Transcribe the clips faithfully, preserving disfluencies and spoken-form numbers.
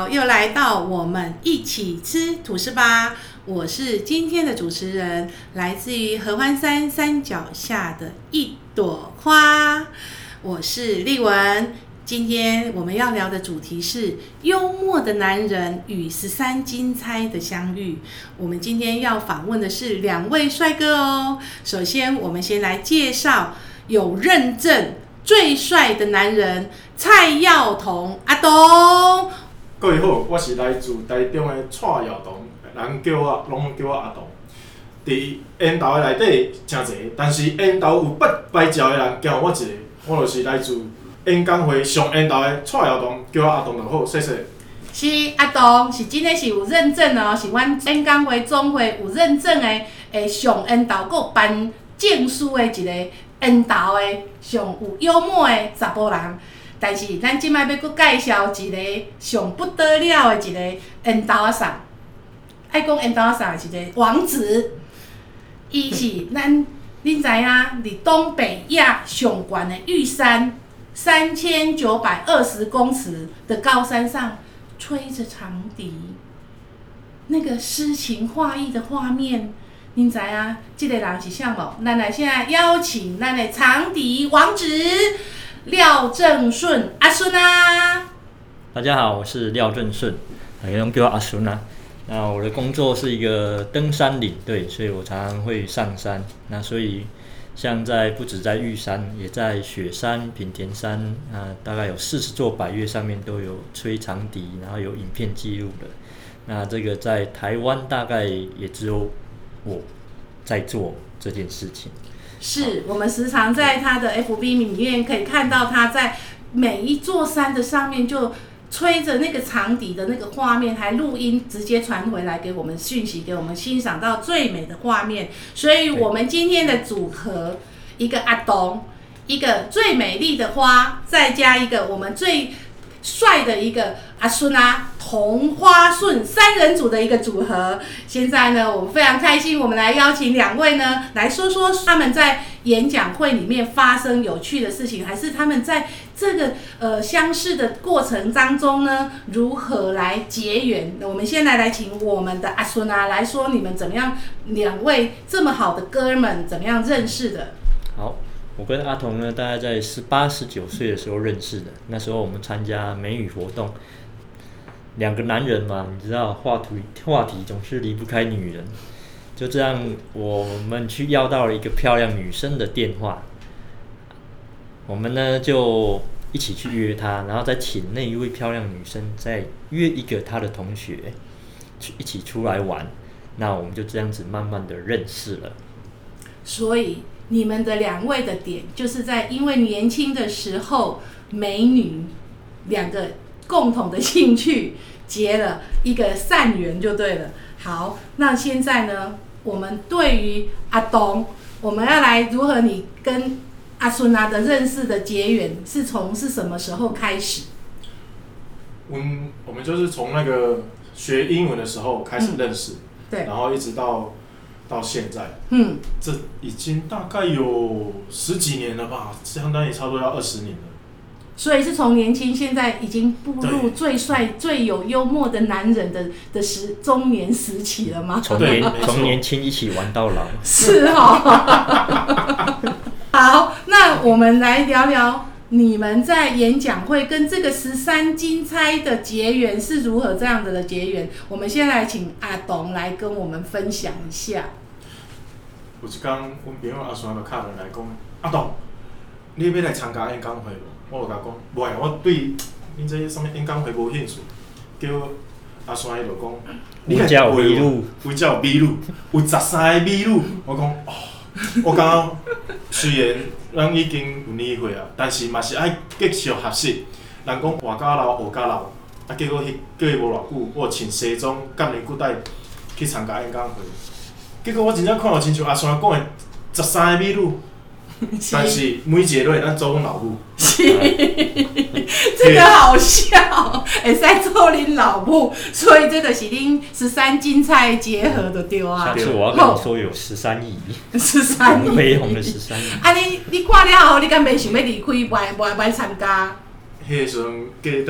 好，又来到我们一起吃吐司吧。我是今天的主持人，来自于合欢山山脚下的一朵花，我是丽文。今天我们要聊的主题是幽默的男人与十三金钗的相遇。我们今天要访问的是两位帅哥哦。首先，我们先来介绍有认证最帅的男人蔡耀同阿东。 各位好，我是来自台中的蔡耀同，人叫我拢叫我阿东。伫烟头的内底真侪，但是烟头有八百招的人叫我一个，我就是来自演讲会上烟头的蔡耀同，叫我阿东就好，谢谢。 是阿东，是真的是有认证哦，是阮演讲会总会有认证的，诶，上烟头佮颁证书的一个烟头的上有幽默的查甫人。但是咱即摆要佮介绍一个上不得了的一个烟头仔送，爱讲烟头仔送是一个王子，伊是咱恁知影，伫东北亚上悬的玉山。三千九百二十公尺的高山上，吹着长笛，那个诗情画意的画面，您知啊？这个人是啥无？咱来现在邀请咱的长笛王子廖正顺阿顺啊！ 大家好，我是廖正顺，有人叫我阿顺啊。那我的工作是一个登山领队，所以我常常会上山。那所以像在不止在玉山，也在雪山、品田山啊，大概有四十座百岳上面都有吹长笛，然后有影片记录的。那这个在台湾大概也只有我在做这件事情。 是我们时常在他的 F B 里面可以看到他在每一座山的上面就吹着那个长笛的那个画面，还录音直接传回来给我们讯息，给我们欣赏到最美的画面。所以我们今天的组合，一个阿东，一个最美丽的花，再加一个我们最帅的一个阿顺啊，同花顺三人组的一个组合。现在呢，我们非常开心，我们来邀请两位呢来说说他们在演讲会里面发生有趣的事情，还是他们在这个呃相识的过程当中呢，如何来结缘？我们先来来请我们的阿顺啊来说，你们怎么样，两位这么好的哥们怎么样认识的？ 好。我跟阿童呢，大概在十八、十九岁的时候认识的。那时候我们参加美语活动，两个男人嘛，你知道话题话题总是离不开女人。就这样，我们去要到了一个漂亮女生的电话，我们呢就一起去约她，然后再请那一位漂亮女生再约一个她的同学，去一起出来玩。那我们就这样子慢慢的认识了。 所以你们的两位的点，就是在因为年轻的时候，美女两个共同的兴趣结了一个善缘就对了。好，那现在呢，我们对于阿东，我们要来如何你跟阿孙啊的认识的结缘，是从是什么时候开始？ 嗯，我们就是从那个学英文的时候开始认识，嗯、 对， 然后一直到。到现在， 嗯， 这已经大概有十几年了吧，相当于差不多要二十年了。 所以是从年轻，现在已经步入最帅、最有幽默的男人的的时中年时期了吗？ 从年从年轻一起玩到老。 是哦。好，那我们来聊聊你们在演讲会跟这个十三金钗的结缘是如何这样子的结缘？我们先来请阿东来跟我们分享一下。 有一天，阮朋友阿孙就敲门来讲：阿东，你要来参加演讲会无？我就甲讲：袂，我对恁这什么演讲会无兴趣。叫阿孙伊就讲：你有叫有美女， 有叫有美女，有十三个美女。我讲哦，我感觉虽然咱已经有年岁啊，但是嘛是爱继续学习。人讲活甲老，学甲老，啊结果迄过无偌久，我穿西装、夹连裤带去参加演讲会。结果我真正看到亲像阿孙讲的十三个美女，但是每一个都咱做阮老母。 是，这个好笑，会使做恁老母，所以这就是恁十三金钗结合的对啊。 下次我要跟你说有十三亿， 十三亿， 绯红的十三亿。 啊你你看了后，你敢袂想要离开，袂袂袂参加？ 迄个时阵，记得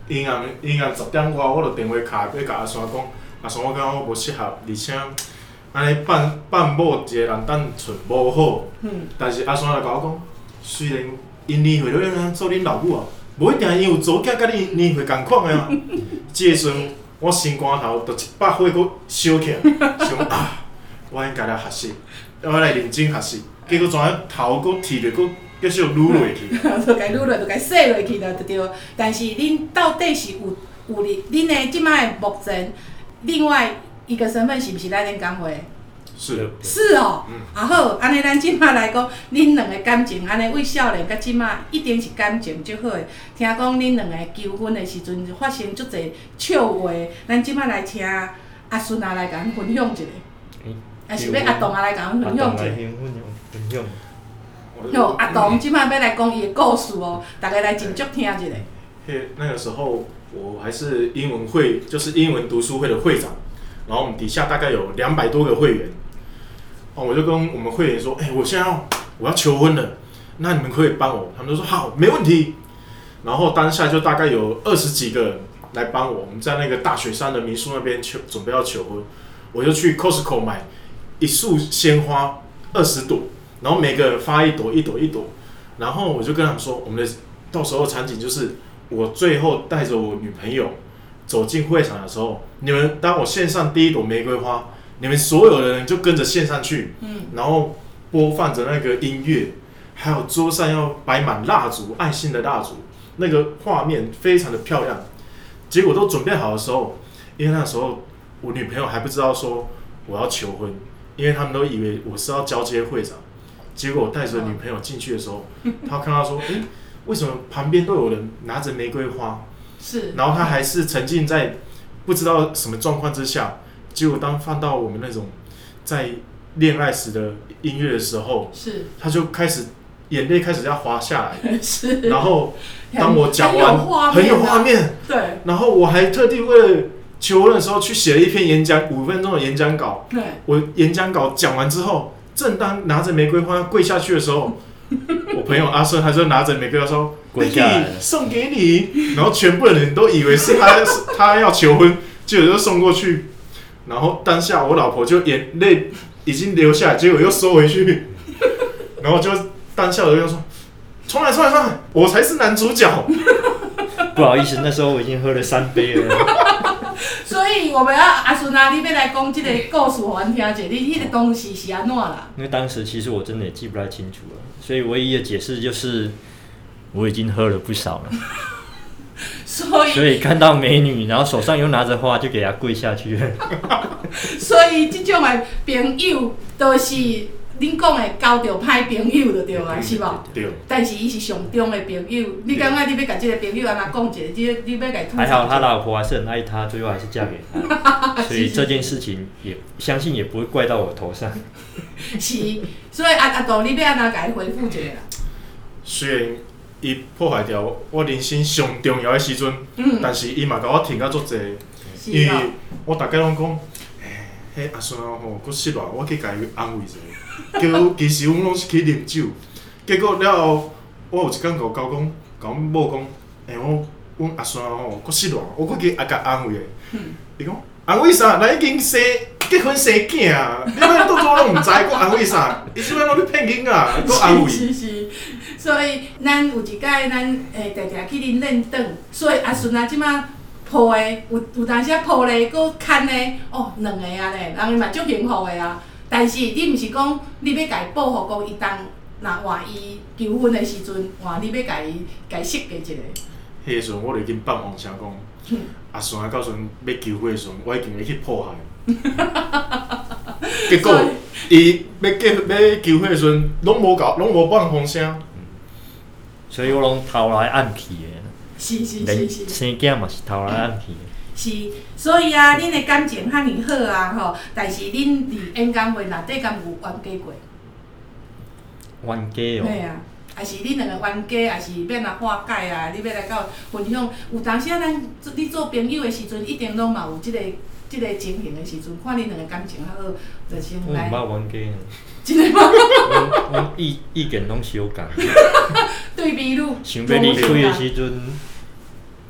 阴暗阴暗十点外，我就电话卡要甲阿山讲，阿山我感觉我无适合，而且安尼扮扮某一个人等寸无好。嗯。但是阿山就甲我讲，虽然因年岁都要做恁老母啊，无一定伊有做囝甲你年岁共款的啊。即个时阵，我心肝头就一百火搁烧起来，想啊，我应该来学习，我来认真学习。结果怎样头搁剃着搁继续撸落去？ 就该撸落，就该洗落去了，就对。但是恁到底是有有恁恁的即摆的目前，另外一个身份是毋是来恁工会？ 是。 是哦。嗯。啊好，安尼咱即摆来讲，恁两个感情安尼为少年甲即摆一定是感情足好的。听讲恁两个求婚的时阵发生足侪笑话，咱即摆来请阿孙啊来甲咱分享一下。 欸、 还是要阿东啊来甲咱分享一下。 分享。 哟，阿东即摆要来讲伊的故事哦，大家来真足听一下。 嘿，那个时候我还是英文会，就是英文读书会的会长，然后我们底下大概有两百多个会员。哦，我就跟我们会员说，哎、欸，我现在要我要求婚了，那你们可以帮我？他们就说好，没问题。然后当下就大概有二十几个人来帮我，我们在那个大雪山的民宿那边求，准备要求婚。我就去 Costco 买一束鲜花，二十朵。然后每个人发一朵一朵一朵，然后我就跟他们说，我们的到时候场景就是我最后带着我女朋友走进会场的时候，你们当我献上第一朵玫瑰花，你们所有的人就跟着献上去，嗯，然后播放着那个音乐，还有桌上要摆满蜡烛，爱心的蜡烛，那个画面非常的漂亮。结果都准备好的时候，因为那时候我女朋友还不知道说我要求婚，因为他们都以为我是要交接会长。结果我带着女朋友进去的时候，他看到说，哎、欸，为什么旁边都有人拿着玫瑰花？ 是。然后他还是沉浸在不知道什么状况之下。结果当放到我们那种在恋爱时的音乐的时候，是。他就开始眼泪开始要滑下来。是。然后当我讲完，很有画面、啊。对。然后我还特地为了求婚的时候去写了一篇演讲，五分钟的演讲稿。对。我演讲稿讲完之后。正当拿着玫瑰花跪下去的时候，我朋友阿顺他就拿着玫瑰花说：“跪下来，送给你。”然后全部的人都以为是他他要求婚，结果就送过去。然后当下我老婆就眼泪已经流下来，结果又收回去。然后就当下我就说：“重来，重来，重来，我才是男主角。” 不好意思，那时候我已经喝了三杯了。 所以我们要阿顺啊，你要来讲这个故事，给咱听一下。你迄个当时是安怎啦？ 因为当时其实我真的也记不太清楚了，所以唯一的解释就是我已经喝了不少了。所以所以看到美女，然后手上又拿着花，就给她跪下去了。 所以这种的朋友都是恁讲的交到歹朋友就对啊，是无？对。但是伊是上中的朋友，你感觉你要甲这个朋友安怎讲一下？你你要甲吐槽？ 还好他老婆还是很爱他，最后还是嫁给他，所以这件事情也相信也不会怪到我头上。 是，所以阿阿杜，你要安怎甲伊回复一下啦？ 虽然伊破坏掉我人生上重要的时阵，嗯、但是伊嘛甲我听到足济，因为我大概拢讲，迄阿孙吼，佫失落，我去甲伊安慰一下。结果其实阮拢是去啉酒，结果了后，我有一天甲我讲，甲阮某讲，诶、欸，我阮阿孙吼，佫失落，我佫去甲安慰诶。伊讲安慰啥？咱已经生结婚生囝啊，你们都做拢毋知，佫安慰啥？伊是要拢咧骗囡仔，佫安慰。 是是，所以咱有一届咱诶，常常去恁认长，所以阿孙啊，即马抱诶，有有当时抱咧，佫牵咧，哦，两个啊咧，人嘛足幸福诶啊。但是你毋是讲你要家保护，讲伊当若换伊求婚的时阵，换你要家伊家设计一下。 迄个时阵我就已经放风声讲，阿孙啊，到时阵要求婚的时阵，我已经会去破坏。结果伊要结要求婚的时阵，拢无搞，拢无放风声。 所以我拢偷来暗去的。 是是是是。 生囝嘛是偷来暗去的。 是，所以啊，恁的感情遐尼好啊吼，但是恁伫演讲会内底敢有冤家过？ 冤家哦。 对啊，还是恁两个冤家，还是要来化解啊？你要来到分享，有当时啊，咱你做朋友的时阵，一定拢嘛有即、這个即、這个情形的时阵，看恁两个感情较好，就先来。 我毋捌冤家呢。 真的吗？ 阮阮意意见拢相共。 对比如。 想要离开的时阵。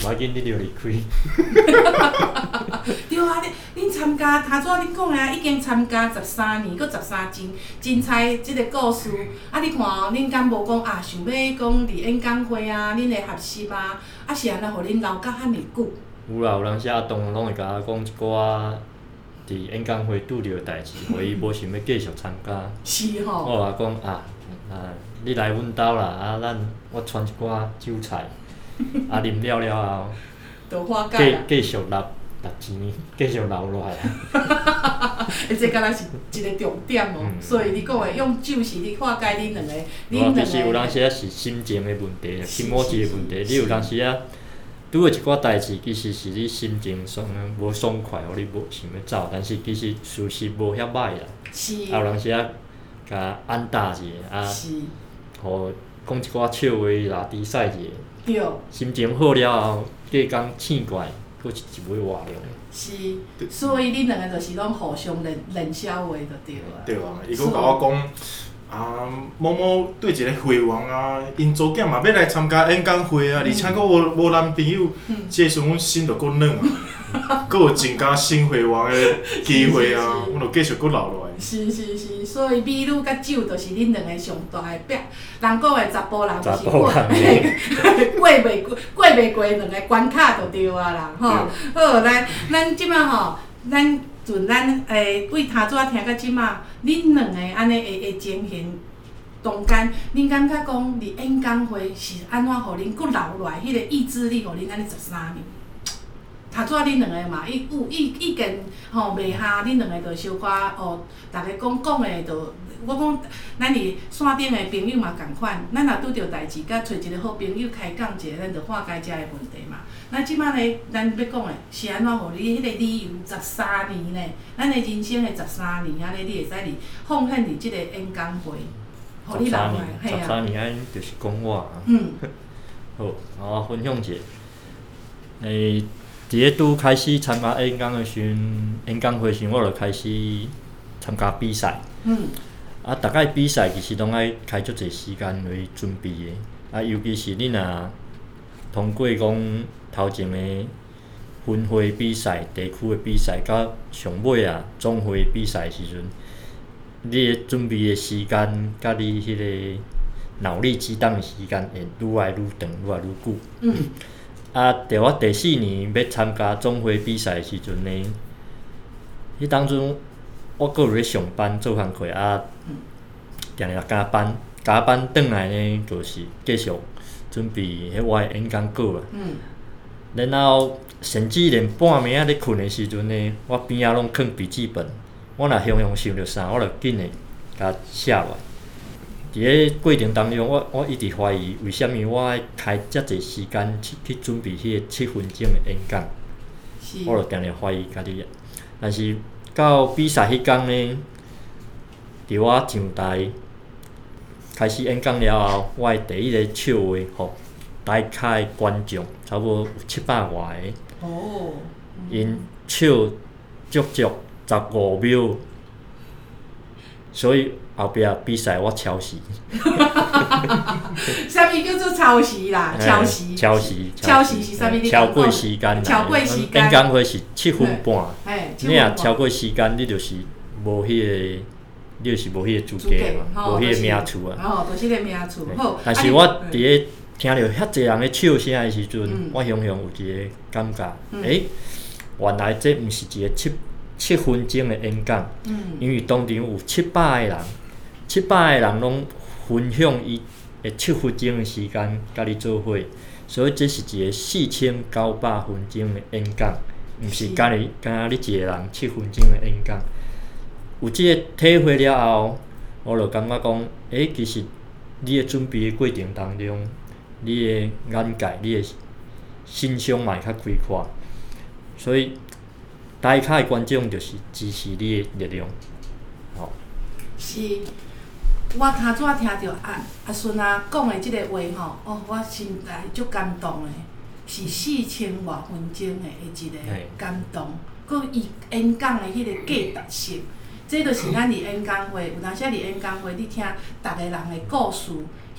无要紧，你就离开。 对啊，恁恁参加，头仔恁讲的啊，已经参加十三年，搁十三真精彩即个故事。啊，你看哦，恁敢无讲啊，想要讲伫演讲会啊，恁的学习啊，啊是安怎互恁留甲遐尼久？ 有啦，有人写同拢会甲我讲一寡伫演讲会拄着的代志，互伊无想要继续参加。 是吼。 我甲讲啊啊，你来阮兜啦，啊，咱我传一寡酒菜，啊，啉了了后， 就化解啦。 继继续纳纳钱，继续留落来啊。 诶，这敢若是一个重点哦。嗯、所以你讲的用酒是你化解恁两个，恁两个。 其实有当时啊是心情的问题，心魔质的问题。你有当时啊，拄着一寡代志，其实是你心情爽无爽快，互你无想要走，但是其实事实无遐歹啦。 是。 啊，有当时啊，甲安搭一下啊，互讲一寡笑话拉低赛一下。 对。 心情好了后，隔工醒过来，佫是一尾活了。 是，所以恁两个就是拢互相冷冷笑话就对啊。 对啊，伊佫甲我讲。啊，某某对一个会员啊，因祖囝嘛要来参加演讲会啊，而且佫无无男朋友，即个时阵阮心就佫软啊，佫有增加新会员的机会啊，阮就继续佫留落来。 是是是，所以美女甲酒就是恁两个上大的壁，人讲的查甫人就是过过袂过过袂过两个关卡就对啊啦，吼。好，来，咱即摆吼，咱。阵咱诶，为头仔听到即马，恁两个安尼会会情形中间，恁感觉讲伫演讲会是安怎互恁佫留落来？迄个意志力互恁安尼十三年。头仔恁两个嘛，已有已已经吼袂下，恁两个着小可哦，逐个讲讲诶，着我讲咱伫线顶诶朋友嘛共款，咱若拄着代志，甲找一个好朋友开讲者，咱着化解遮个问题嘛。那即摆呢，咱要讲诶是安怎互你迄个理由十三年呢？咱诶人生诶十三年，安尼你会使伫奉献伫即个演讲会，互你留下，嘿啊。 十三年安就是讲我啊。 嗯。 好，我分享者，诶。伫咧拄开始参加演讲诶时阵，演讲会时我就开始参加比赛。嗯。啊，逐摆比赛其实拢爱开足侪时间来准备诶。啊，尤其是你若通过讲头前诶分会比赛、地区诶比赛，甲上尾啊总会比赛时阵，你诶准备诶时间，甲你迄个脑力激荡诶时间会愈来愈长，愈来愈久。嗯。啊，伫我第四年要参加总会比赛时阵呢，迄当阵我阁有咧上班做工课啊，定定加班，加班转来呢，就是继续准备迄我诶演讲稿啊。嗯。然后甚至连半暝仔咧困诶时阵呢，我边仔拢囥笔记本，我若雄雄想着啥，我就紧诶甲写落来。伫咧过程当中，我我一直怀疑为虾米我爱开遮侪时间去去准备迄个七分钟的演讲，我就定定怀疑家己啊。但是到比赛迄天呢，伫我上台开始演讲了后，我的第一个笑话，吼，台下的观众差不多有七百外个，哦，因笑足足十五秒，所以。后壁比赛我超时， 啥物叫做超时啦？超时， 超时， 超时是啥物？ 超过时间， 超过时间。 演讲会是七分半，你若超过时间，你就是无迄个，你就是无迄个资格嘛，无迄个名次啊。 哦，就是个名次。好， 但是我伫咧听着遐侪人咧笑声的时阵，我常常有一个感觉，诶，原来这毋是一个七七分钟的演讲，因为当场有七百个人。七百个人拢分享伊的七分钟的时间，甲你做伙，所以这是一个四千九百分钟的演讲，毋是干你干你一个人七分钟的演讲。有即个体会了后，我就感觉讲，诶、欸，其实你的准备的过程当中，你的眼界、你的心胸嘛会较开阔，所以台下的观众就是支持你的力量，吼、哦。 是。我头仔听着阿阿孙啊讲的即个话吼，哦，我心内足感动的，是四千外分钟的一个感动，佮伊演讲的迄个价值性，这就是咱伫演讲会，有当时伫演讲会，你听逐个人的故事，迄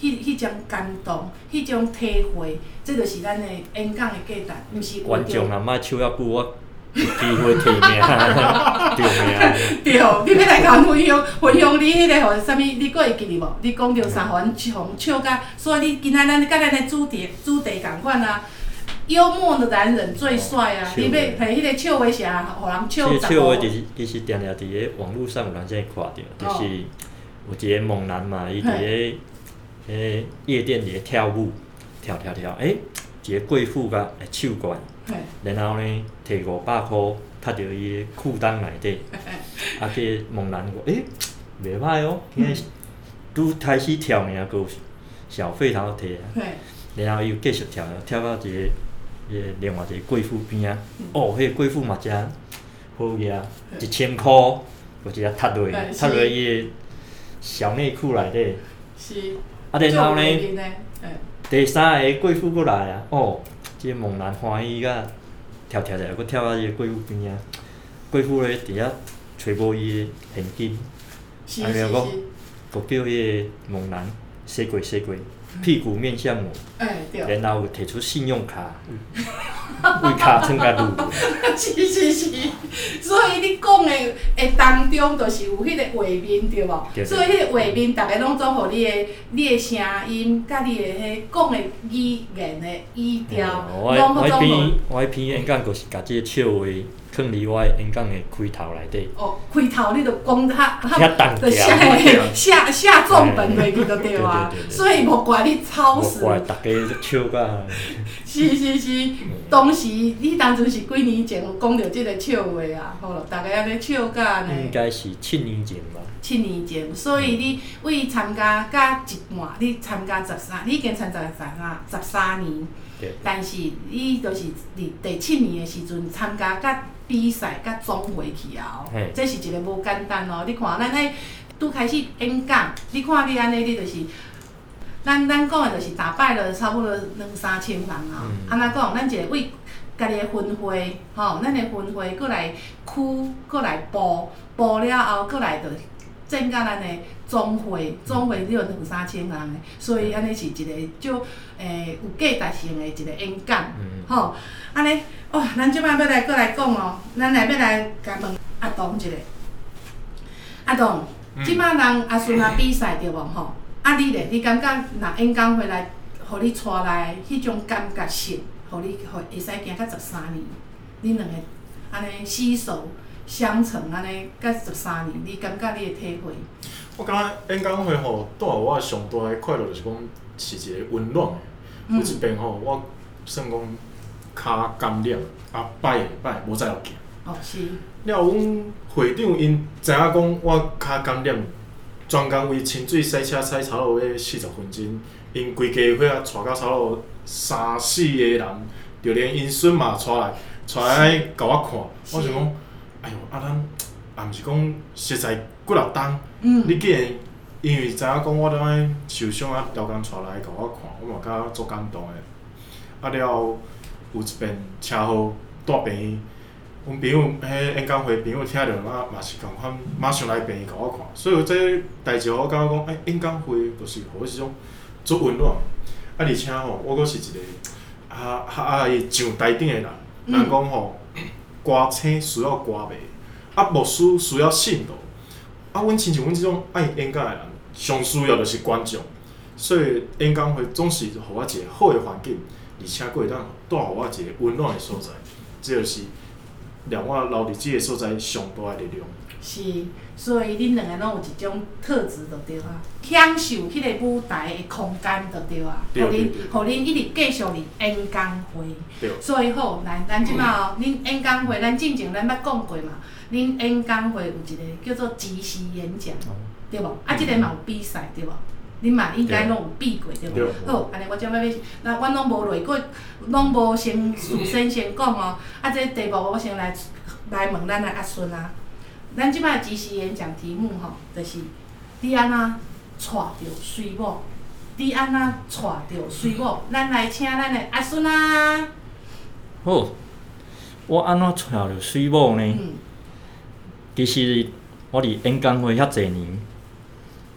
迄迄种感动，迄种体会，这就是咱的演讲的价值，毋是为观众若莫唱遐久，我有机会提名，对名。 对，你要来甲阮分享分享你迄、那个吼，啥物？你佫会记哩无？你讲着三环唱唱甲，所以你今仔咱甲咱的主题主题共款啊。幽默的男人最帅啊！你要系迄个笑话啥，互人笑十五。笑话其实其实定定伫个网络上有人才会看到，就是有一个猛男嘛，伊伫个迄夜店里跳舞，跳跳跳，诶、欸，一个贵妇甲手过来，然后呢，摕五百箍插到伊个裤裆内底，啊，迄个猛男讲，诶、欸，袂歹哦，迄拄开始跳尔，佮有小费头摕啊，然后伊又继续跳，跳到一个。迄个另外一个贵妇边啊，哦，迄、那个贵妇嘛真好个，一千箍，就直接插落去，插落伊个小内裤内底。 是。 啊，然后呢，第三个贵妇过来啊，哦，即、這個猛男欢喜甲跳跳跳，佮跳到伊个贵妇边啊，贵妇咧伫遐揣无伊个现金，啊，然后讲，佮叫迄个猛男洗过洗过。屁股面向我， 欸、 然后摕出信用卡，为卡床甲撸。 是是是，所以你讲的诶当中，就是有迄个画面对无？所以迄个画面，逐个拢总互你的你的声音，甲你的迄讲的语言的语调，拢好总互。 我迄篇演讲就是甲即个笑话放伫我演讲的开头内底。 哦，开头你著讲较较重下下下重本落去就对啊，所以无怪你超时。 无怪大家笑甲。 是是是，当时你当阵是几年前有讲到即个笑话啊？好咯，大家安尼笑甲呢。 应该是七年前吧。 七年前，所以你为参加甲一半，你参加十三，你已经参加十三十三年。但是你就是伫第七年的时阵参加甲比赛甲总会去后，这是一个无简单哦。你看，咱迄拄开始演讲，你看你安尼，你就是，咱咱讲的就是打败了差不多两三千人啊。安怎讲？咱一个为家己的分会，吼，咱的分会过来区，过来部，部了后过来就整甲咱的总会，总会只有两三千人的，所以安尼是一个就诶有价值性的一个演讲，吼，安尼哇，咱即摆要来过来讲哦，咱来要来甲问阿东一下，阿东，即摆人阿孙啊比赛对无吼？啊你咧，你感觉若演讲回来，互你带来迄种感觉性，互你互会使行到十三年，恁两个安尼携手相承安尼，到十三年，你感觉你的体会？ 我感觉演讲会吼，带互我上大的快乐就是讲是一个温暖的。有一遍吼，我算讲骹感染，啊摆会摆无再落行。 哦，是。 了，阮会长因知影讲我骹感染，专工为清水洗车洗差不多要四十分钟，因规家伙啊带到差不多三四个人，就连因孙嘛带来，带来甲我看。我想讲，哎哟，啊咱也毋是讲实在几六冬，嗯、你既然因为知影讲我踮受伤啊，调工带来甲我看，我嘛感觉足感动的。啊了，有一遍车祸带病院，阮朋友迄演讲会朋友听着嘛，嘛是共款，马上来病院甲我看。所以这代志，我感觉讲，哎，演讲会就是互我一种足温暖。啊，而且吼，我阁是一个啊啊爱上台顶的人。人讲吼，歌星需要歌迷，啊，牧师需要信徒。啊，阮亲像阮即种爱演讲的人，上需要就是观众。所以演讲会总是互我一个好的环境，而且佫会当带互我一个温暖的所在。这就是让我留伫即个所在上大的力量。 是，所以恁两个拢有一种特质就对啊，享受迄个舞台的空间就对啊，互恁互恁一直继续伫演讲会。 对。 所以好，来，咱即摆哦，恁演讲会，咱之前咱捌讲过嘛，恁演讲会有一个叫做即时演讲，对无？啊，即个嘛有比赛，对无？恁嘛应该拢有比过，对无？好，安尼我即摆要，那阮拢无落过，拢无先事先先讲哦。啊，这题目我先来来问咱的阿孙啊。咱即摆即时演讲题目吼，就是你安怎带着水某？你安怎带着水某？咱来请咱的阿孙啊。 好，我安怎带着水某呢？嗯、其实我伫演讲会遐侪年，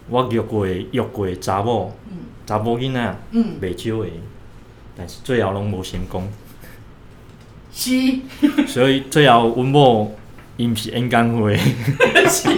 我约过约过查某， 嗯查某囡仔， 嗯， 袂少个，但是最后拢无成功。 是， 所以最后阮某伊毋是演讲会， 是，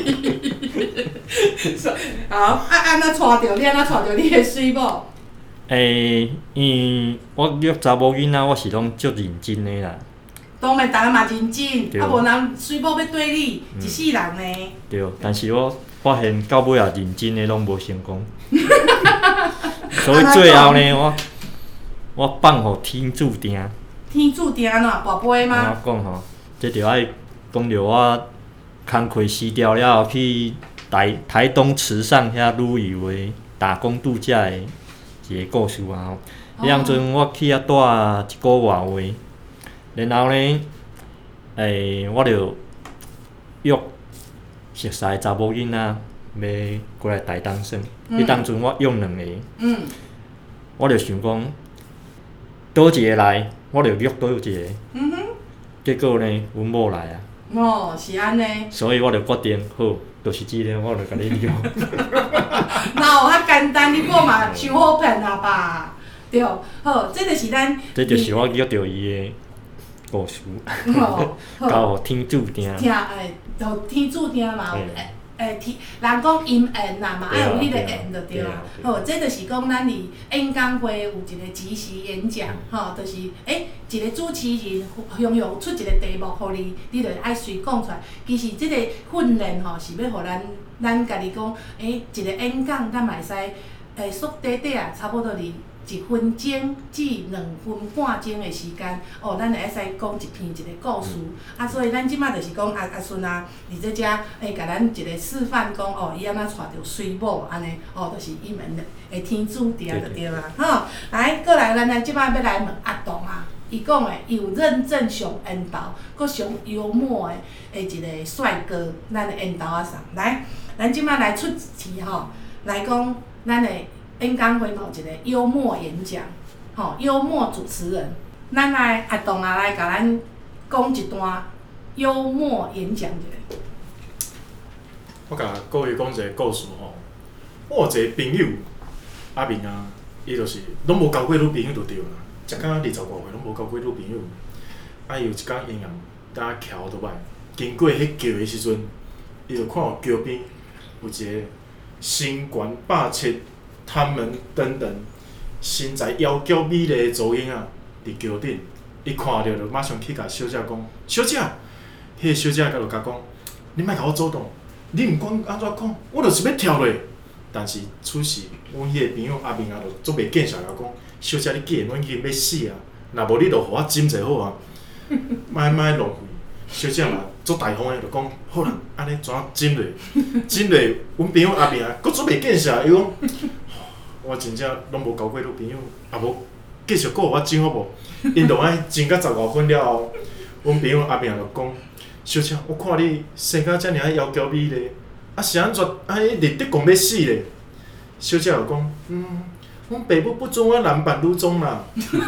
好，啊安怎带着你？安怎带着你的水某？ 诶，因为我约查某囡仔，我是拢足认真的啦。 当然，大家嘛认真， 对啊无人水某要对你， 嗯一世人呢。 对，但是我发现到尾啊，认真的拢无成功。所以最后呢，我我放互天注定。 天注定安怎跋杯吗？ 我讲吼，这着爱讲着我工课辞掉了后去台台东池上遐旅游的打工度假的一个故事啊。迄当阵我去遐住一个月位，然后呢，诶，我着约熟识的查某囡仔要过来台东耍。迄当阵我约两个， 嗯， 我着想讲，倒一个来，我着约倒一个。 嗯哼， 结果呢，阮某来啊。 哦，是安尼。 所以我就决定，好，就是即个，我就甲你约。 哪有遐简单？你某嘛伤好骗啊吧？对，好，这就是咱。 这就是我约到伊的故事， 哦，好， 交天注定。 听诶，就天注定嘛，有嘿诶天，人讲因缘啦嘛， 对啊爱有迄个对啊缘就对啦。 对啊对啊好，这就是讲咱伫演讲会有一个即时演讲，吼，就是诶一个主持人向用出一个题目互你，你着爱随讲出来。其实即个训练吼是要互咱咱家己讲，诶一个演讲咱嘛会使诶缩短短啊，差不多伫一分钟至两分半钟的时间，哦，咱会使讲一篇一个故事。啊，所以咱即摆就是讲阿阿顺啊，伫这遮会甲咱一个示范讲，哦，伊安怎带着水某安尼，哦，就是伊们的天注定就对啦，吼。来，过来，咱咱即摆要来问阿东啊，伊讲的伊有认证上缘投，搁上幽默的的一个帅哥，咱的缘投啊上。来，咱即摆来出题吼，来讲咱的。演讲会嘛有一个幽默演讲，吼，幽默主持人，咱来阿东啊来甲咱讲一段幽默演讲者。 我甲各位讲一个故事吼，我有一个朋友阿明啊，伊就是拢无交过女朋友就对啦，食到二十外岁拢无交过女朋友。啊，伊有一工阴阳搭桥倒摆，经过迄桥的时阵，伊就看到桥边有一个身悬百尺。他们等等，身材窈窕美丽的组影啊，伫桥顶，伊看到就马上去甲小姐讲：“小姐，迄个小姐就甲讲，你莫甲我走动，你毋管安怎讲，我就是要跳落。”但是此时，阮迄个朋友阿明啊，就足袂见笑甲讲：“小姐，你既然阮已经要死啊，若无你就互我斟者好啊，莫莫浪费。”小姐嘛，足大方诶，就讲好啦，安尼怎斟落？斟落，阮朋友阿明啊，佫足袂见笑，伊讲。我真正拢无交过女朋友，也无继续搁互我整好无？因就爱整到十外分了后，阮朋友阿明就讲：小姐，我看你生到遮尔啊窈窕美丽，啊是安怎安尼立得讲要死咧？小姐就讲：嗯，阮爸母不准我男扮女装啦。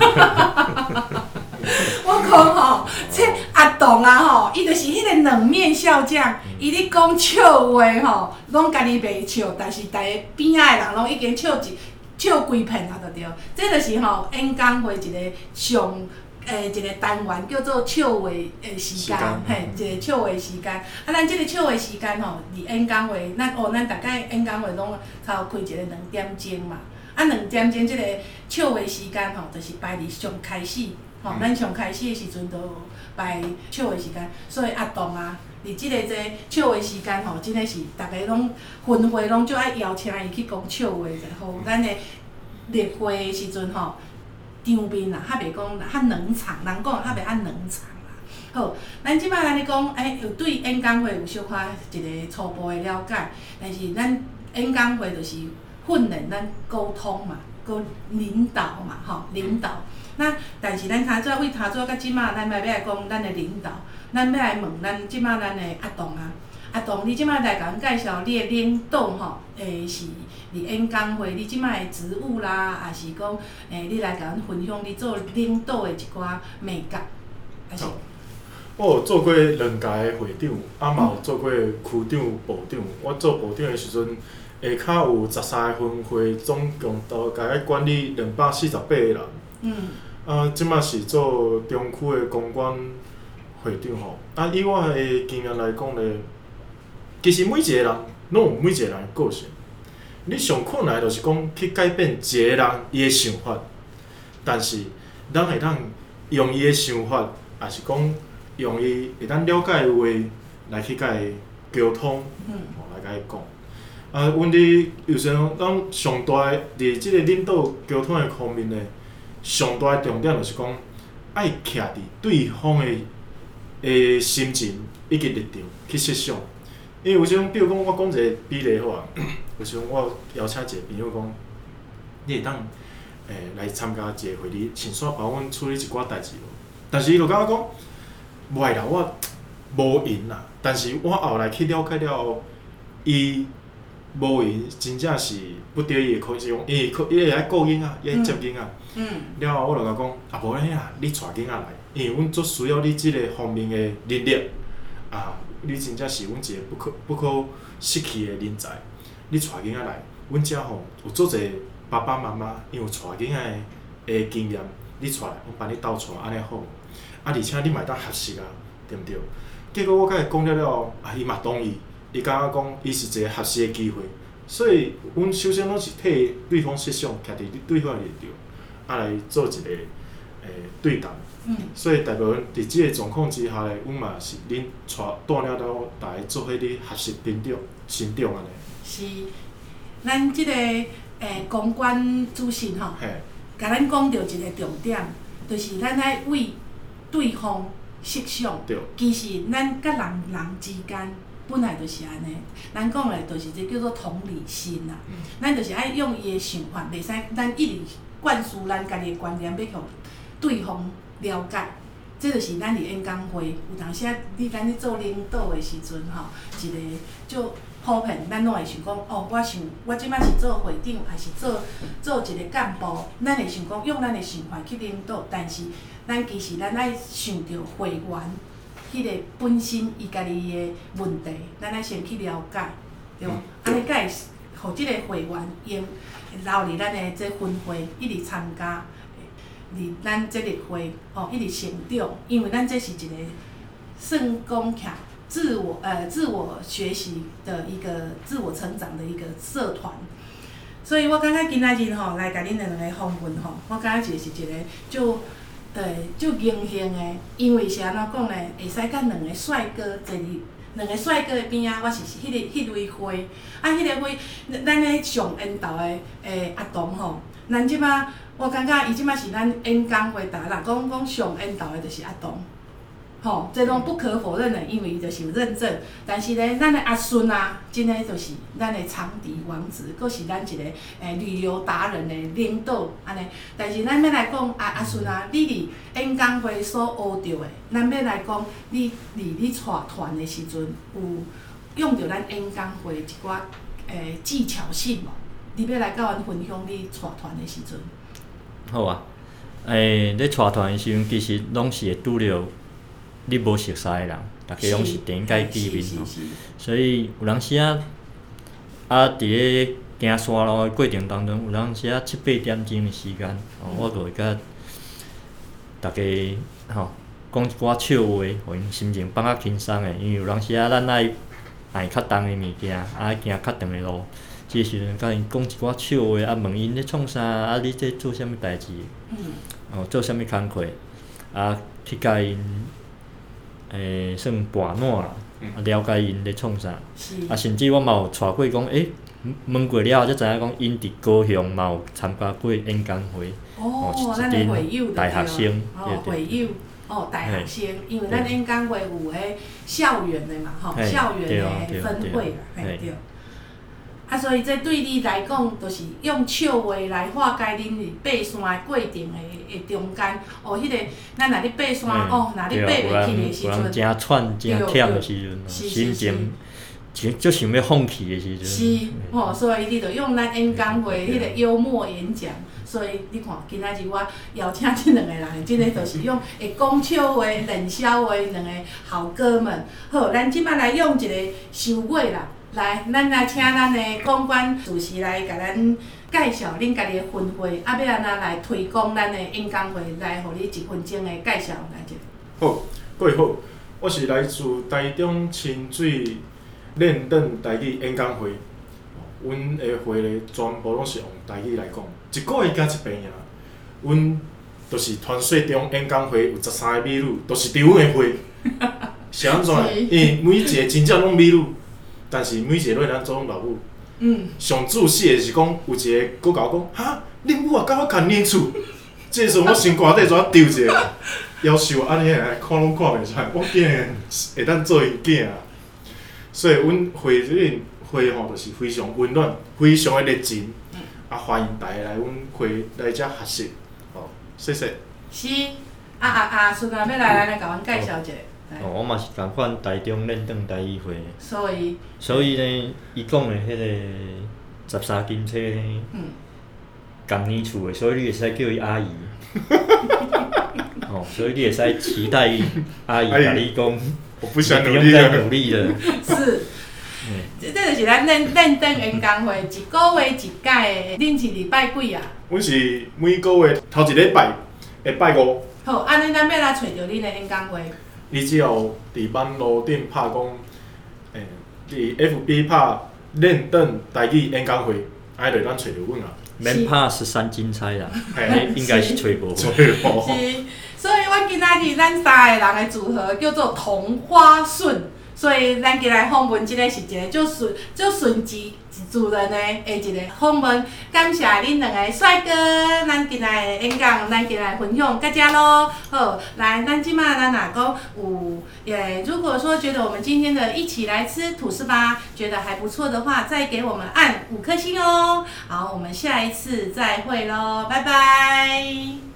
我讲吼，这阿东啊吼，伊就是迄个冷面笑匠，伊咧讲笑话吼，拢家己袂笑，但是大家边仔的人拢已经笑一笑规片啊，就对。这就是吼演讲会一个上诶一个单元叫做笑话诶时间，嘿，一个笑话时间。啊，咱即个笑话时间吼，伫演讲会，咱哦，咱大概演讲会拢差不多开一个两点钟嘛。啊，两点钟即个笑话时间吼，就是排伫上开始。吼、哦，咱上开始的时阵，就排笑话时间，所以阿东啊，伫即个这笑话时间吼，真诶是逐个拢分会拢就爱邀请伊去讲笑话者，互咱诶例会的时阵吼，场面啊，较袂讲较冷场，人讲较袂较冷场啦。好，咱即摆来咧讲，诶、欸，有对演讲会有小可一个初步诶了解，但是咱演讲会就是训练咱沟通嘛，个领导嘛，吼，领导。那但是咱头早为头早到即马，咱来要来讲咱的领导，咱要来问咱即马咱的阿东啊，阿东，你即马来甲阮介绍你的领导吼，诶、欸、是伫演讲会你即马的职务啦，也是讲诶、欸、你来甲阮分享你做领导的一寡美感，还是？ 我有做过两届的会长，啊嘛有做过区长、部长。我做部长的时阵， 下骹有十三个分会，总共都大概管理两百四十八个人。 嗯。 啊，即马是做中区的公关会长吼。啊，以我的经验来讲咧，其实每一个人拢有每一个人的个性。你上困难就是讲去改变一个人伊的想法，但是咱会当用伊的想法，也是讲用伊会当了解的话来去甲伊沟通， 嗯， 来甲伊讲。啊，阮伫有时阵咱上大伫即个领导沟通的方面咧，上大的重点就是讲爱徛伫对方的诶心情以及立场去设想。因为有时阵，比如讲我讲一个比例好啊，有时阵我邀请一个朋友讲，你会当诶、欸、来参加一个会议，先煞帮阮处理一寡代志无？但是伊就感觉讲，袂啦，我无闲啦。但是我后来去了解了后，伊无闲真正是不得已的可以用，因为伊会爱顾囡仔，伊爱接囡仔。嗯。了后我就甲讲，啊无咧啦，你带囡仔来，因为阮足需要你即个方面的能力啊。你真正是阮一个不可不可失去的人才。你带囡仔来，阮遮吼有足侪爸爸妈妈，因为有带囡仔的经验，你带来，阮帮你斗带，安尼好。啊，而且你嘛会当学习啊，对毋对？结果我甲伊讲了了，啊，伊嘛同意，伊感觉讲伊是一个学习的机会。所以，阮首先拢是替对方设想，徛伫对方的立场，啊来做一个诶、呃、对谈。嗯、所以大部分伫即个状况之下咧，阮嘛是恁带带了了大家做迄个学习成长、成长安尼。 是，咱即、这个诶、呃、公关主席吼，甲咱讲到一个重点，就是咱爱为对方设想。 对。 其实咱甲人人之间本来就是安尼，咱讲诶就是这叫做同理心啦。嗯、咱就是爱用伊诶想法，袂使咱一直灌输咱家己诶观念，要互对方了解，这就是咱伫演讲会有当时啊，你咱咧做领导的时阵吼，一个就普遍，咱拢会想讲，哦，我想我即摆是做会长，还是做做一个干部，咱会想讲用咱的想法去领导，但是咱其实咱爱想着会员迄个本身伊家己的问题，咱爱先去了解，对无？安尼才会互即个会员用留伫咱的这分会一直参加。伫咱这个会吼、哦、一直成长，因为咱这是一个算讲起自我呃自我学习的一个自我成长的一个社团，所以我感觉今仔日吼来甲恁两个访问吼，我感觉就是一个就呃就荣幸的，因为是安怎讲呢？会使甲两个帅哥坐伫两个帅哥的边啊，我是迄、那个迄类会，啊迄、那个会，咱咧上缘投的诶阿童吼，咱即马。我感觉伊即摆是咱演讲会，逐个人讲讲上缘投的，就是阿东，吼，这拢不可否认的，因为伊就是有认证。但是咧，咱的阿孙啊，真诶就是咱的长笛王子，佫是咱一个诶旅游达人的领导安尼。但是咱要来讲阿阿孙啊，你伫演讲会所学着的，咱要来讲你伫你带团的时阵，有用着咱演讲会一寡诶技巧性无？你要来甲阮分享你带团的时阵。 好啊，诶，咧带团的时阵，其实拢是会拄着你无熟悉的人，大家拢是第一届见面吼，所以有当时啊，啊，伫咧行山路的过程当中，有当时啊七八点钟的时间，哦，我就会甲大家吼讲一寡笑话，互因心情放较轻松的，因为有当时啊，咱爱爱较重的物件，爱行较长的路。即时阵，甲因讲一寡笑话，啊问因咧创啥，啊你伫做啥物代志，嗯、哦做啥物工课，啊去甲因诶算跋烂啦，啊了解因咧创啥，啊甚至我嘛有带过讲，诶、欸、问过了后才知影讲，因伫高雄嘛有参加过演讲会， 哦，咱的会友大学生， 哦会友，哦大学生，因为咱演讲会有迄校园的嘛，吼校园的分会啦，嘿对。啊，所以这对你来讲，就是用笑话来化解恁伫爬山的过程的的中间。哦，迄、那个咱若咧爬山，嗯、哦，若咧爬袂起的时阵， 有人真喘、真忝的时阵，心情就就想要放弃的时阵。 是，吼、哦，所以你着用咱演讲会迄个幽默演讲。所以你看，今仔日我邀请即两个人，真诶就是用会讲笑话、冷笑话两个好哥们。好，咱即摆来用一个收尾啦。 来，咱来请咱的公关主席来甲咱介绍恁家己的分会，啊要安怎来推广咱的演讲会，来互你一分钟的介绍来者。 好，各位好，我是来自台中清水练等台语演讲会。阮的会咧全部拢是用台语来讲，一个月加一遍尔。阮就是传说中演讲会有十三个美女，都、就是伫阮的会。是安怎？因为每一个真正拢美女，但是每一个拢咱做老母。嗯。上自死的是讲，有一个佫甲我讲，哈，恁母啊，甲我牵年厝。这时阵我身躯底怎丢一个，夭寿安尼来看拢看袂出来，我竟然会当做因囝啊！所以阮会里会吼，就是非常温暖，非常的热情，啊，欢迎大家来阮会来遮学习，哦，谢谢。 是，啊啊啊，顺啊，要来来来，甲阮介绍一下。 哦，我嘛是共款台中练等台语会。 所以。 所以呢，伊讲的迄个十三金车呢，共年厝的，所以你会使叫伊阿姨。哦，所以你会使期待阿姨甲你讲， 我不想努力了，不用再努力了。 是。这这就是咱练练等演讲会，一个月一届的，恁是礼拜几啊？ 阮是每个月头一礼拜会拜五。 好，安尼咱要来找着恁的演讲会。 你只要伫网络顶拍讲，诶、欸，伫 F B 拍练等台语演讲会，安尼就咱找着阮啊。 免拍十三金钗啦，应该是找无。 找无。 是，所以阮今仔日咱三个人的组合叫做同花顺。所以，咱今来访问即个是一个足顺、足顺其自然的诶一个访问。感谢恁两个帅哥，咱今来演讲，咱今来分享到遮咯。好，来，咱即马咱若讲有，也如果说觉得我们今天的一起来吃吐司吧，觉得还不错的话，再给我们按五颗星哦。好，我们下一次再会咯，拜拜。